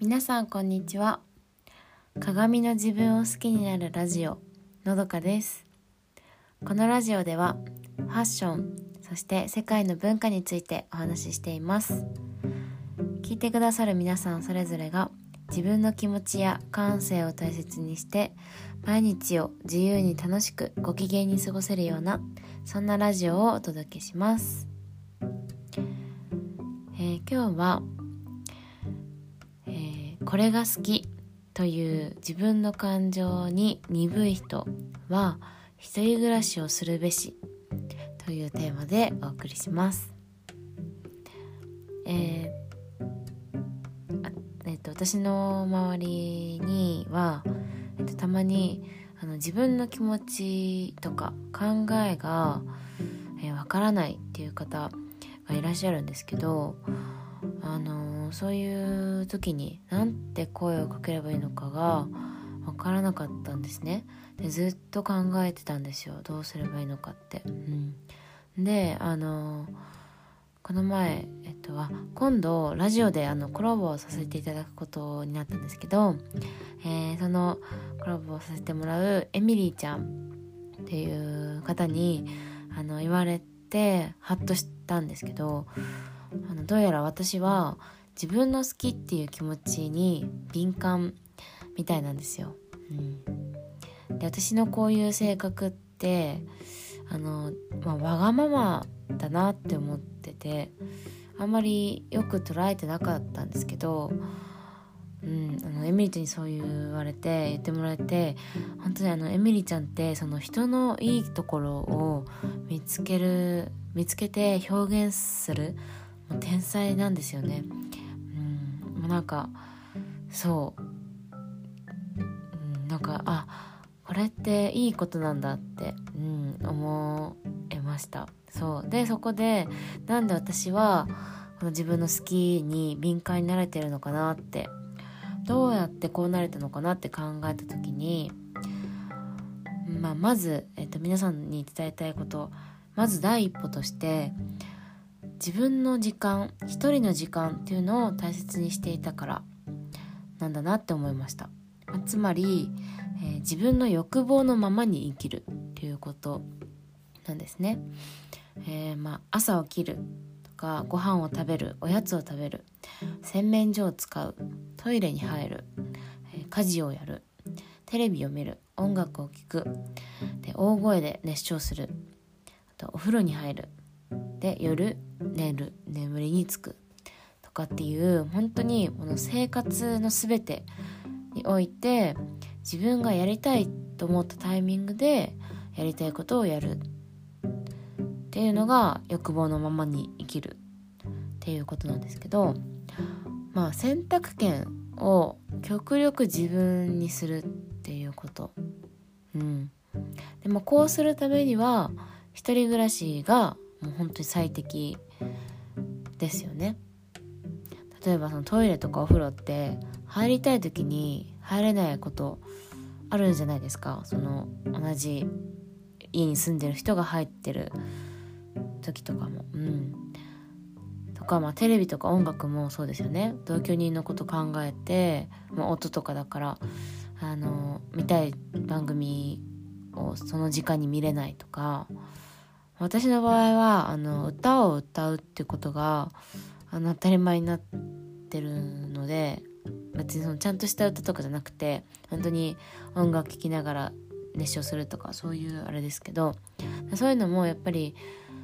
皆さんこんにちは。鏡の自分を好きになるラジオのどかです。このラジオではファッション、そして世界の文化についてお話ししています。聞いてくださる皆さんそれぞれが自分の気持ちや感性を大切にして毎日を自由に楽しくご機嫌に過ごせるようなそんなラジオをお届けします。今日はこれが好きという自分の感情に鈍い人は一人暮らしをするべしというテーマでお送りします。私の周りには、たまに自分の気持ちとか考えがわからないっていう方がいらっしゃるんですけど、そういう時になんて声をかければいいのかがわからなかったんですね。でずっと考えてたんですよ、どうすればいいのかって、でこの前、今度ラジオでコラボをさせていただくことになったんですけど、そのコラボをさせてもらうエミリーちゃんっていう方に言われてハッとしたんですけど、どうやら私は自分の好きっていう気持ちに敏感みたいなんですよ。で私のこういう性格ってわがままだなって思ってて、あんまりよく捉えてなかったんですけど、エミリーちゃんにそう言ってもらえて、本当にエミリーちゃんってその人のいいところを見つけて表現するもう天才なんですよね。もうなんかそう、これっていいことなんだって、思いました。そうで、そこでなんで私はこの自分の好きに敏感になれてるのかなって、どうやってこうなれたのかなって考えた時に、まず、皆さんに伝えたいこと、まず第一歩として自分の時間、一人の時間っていうのを大切にしていたからなんだなって思いました。つまり、自分の欲望のままに生きるっていうことなんですね。朝起きるとか、ご飯を食べる、おやつを食べる、洗面所を使う、トイレに入る、家事をやる、テレビを見る、音楽を聴く、で大声で熱唱する、あとお風呂に入る、で夜寝る、眠りにつくとかっていう、本当にこの生活のすべてにおいて自分がやりたいと思ったタイミングでやりたいことをやるっていうのが欲望のままに生きるっていうことなんですけど、選択権を極力自分にするっていうこと、でもこうするためには一人暮らしがもう本当に最適ですよね。例えばそのトイレとかお風呂って入りたい時に入れないことあるんじゃないですか。その同じ家に住んでる人が入ってる時とかも、とかテレビとか音楽もそうですよね。同居人のこと考えて、音とかだから見たい番組をその時間に見れないとか、私の場合は歌を歌うってことが当たり前になってるので、別にそのちゃんとした歌とかじゃなくて本当に音楽聴きながら熱唱するとか、そういうあれですけど、そういうのもやっぱり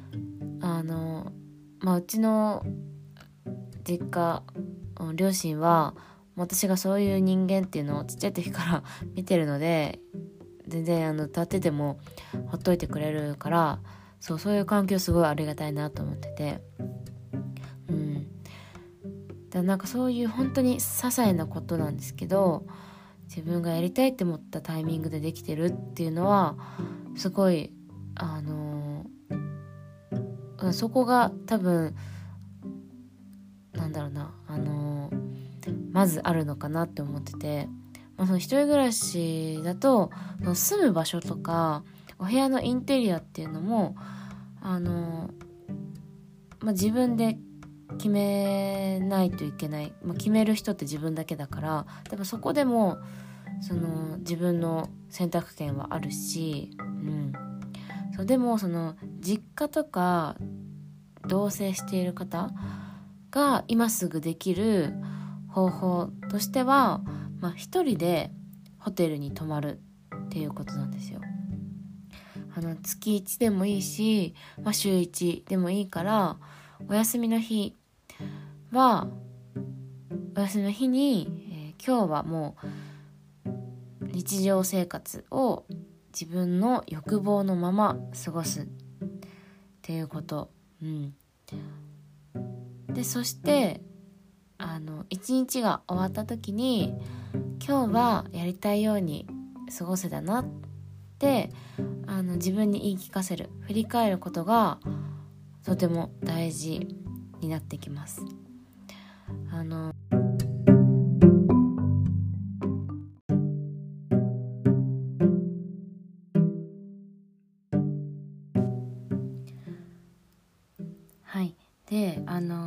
うちの実家両親は私がそういう人間っていうのをちっちゃい時から見てるので、全然歌っててもほっといてくれるから、そういう環境すごいありがたいなと思ってて、そういう本当に些細なことなんですけど、自分がやりたいって思ったタイミングでできてるっていうのはすごいそこが多分まずあるのかなって思ってて、その一人暮らしだと住む場所とかお部屋のインテリアっていうのも自分で決めないといけない、決める人って自分だけだから、でもそこでもその自分の選択権はあるし、そうでもその実家とか同棲している方が今すぐできる方法としては、一人でホテルに泊まるっていうことなんですよ。月1でもいいし、週1でもいいから、お休みの日に、今日はもう日常生活を自分の欲望のまま過ごすっていうこと、でそして一日が終わった時に、今日はやりたいように過ごせたなって自分に言い聞かせる、振り返ることがとても大事になってきます。はいで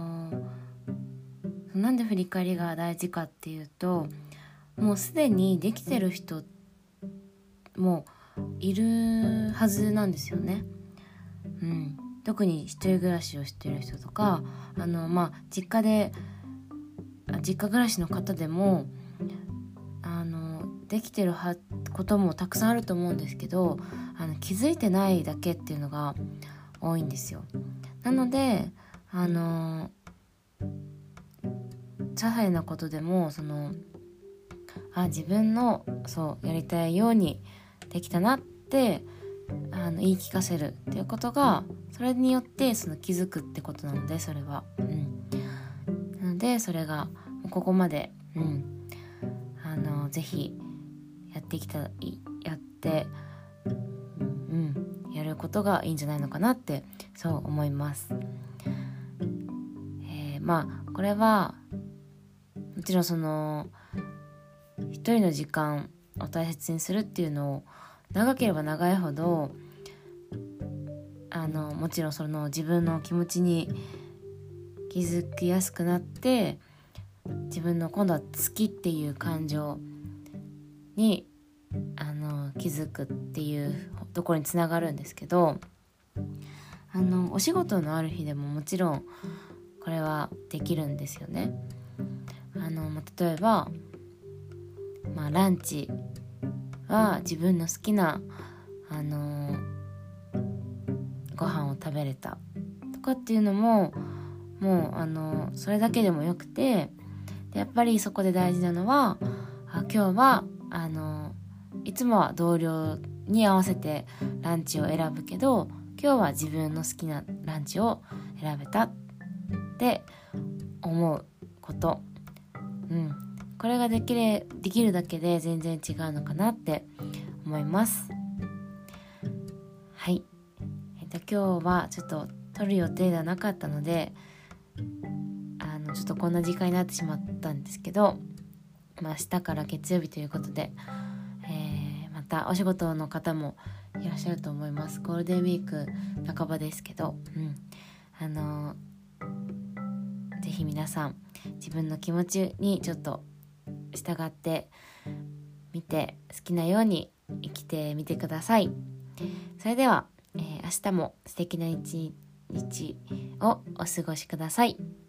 なんで振り返りが大事かっていうと、もうすでにできてる人もいるはずなんですよね。特に一人暮らしをしている人とか、実家暮らしの方でもできてることもたくさんあると思うんですけど、気づいてないだけっていうのが多いんですよ。なので些細なことでも自分のやりたいようにできたなって言い聞かせるっていうことが、それによって気づくってことなので、それは、なのでそれがここまで、ぜひやることがいいんじゃないのかなってそう思います。これはもちろん一人の時間を大切にするっていうのを長ければ長いほどもちろん自分の気持ちに気づきやすくなって、自分の今度は好きっていう感情に気づくっていうところにつながるんですけど、お仕事のある日でももちろんこれはできるんですよね。例えば、ランチは自分の好きなご飯を食べれたとかっていうのも、もうそれだけでもよくて、でやっぱりそこで大事なのは、今日はいつもは同僚に合わせてランチを選ぶけど、今日は自分の好きなランチを選べたって思うこと、これができるだけで全然違うのかなって思います。はい、今日はちょっと撮る予定ではなかったのでちょっとこんな時間になってしまったんですけど、明日から月曜日ということで、またお仕事の方もいらっしゃると思います。ゴールデンウィーク半ばですけど、ぜひ皆さん自分の気持ちにちょっと従ってみて、好きなように生きてみてください。それでは、明日も素敵な一日をお過ごしください。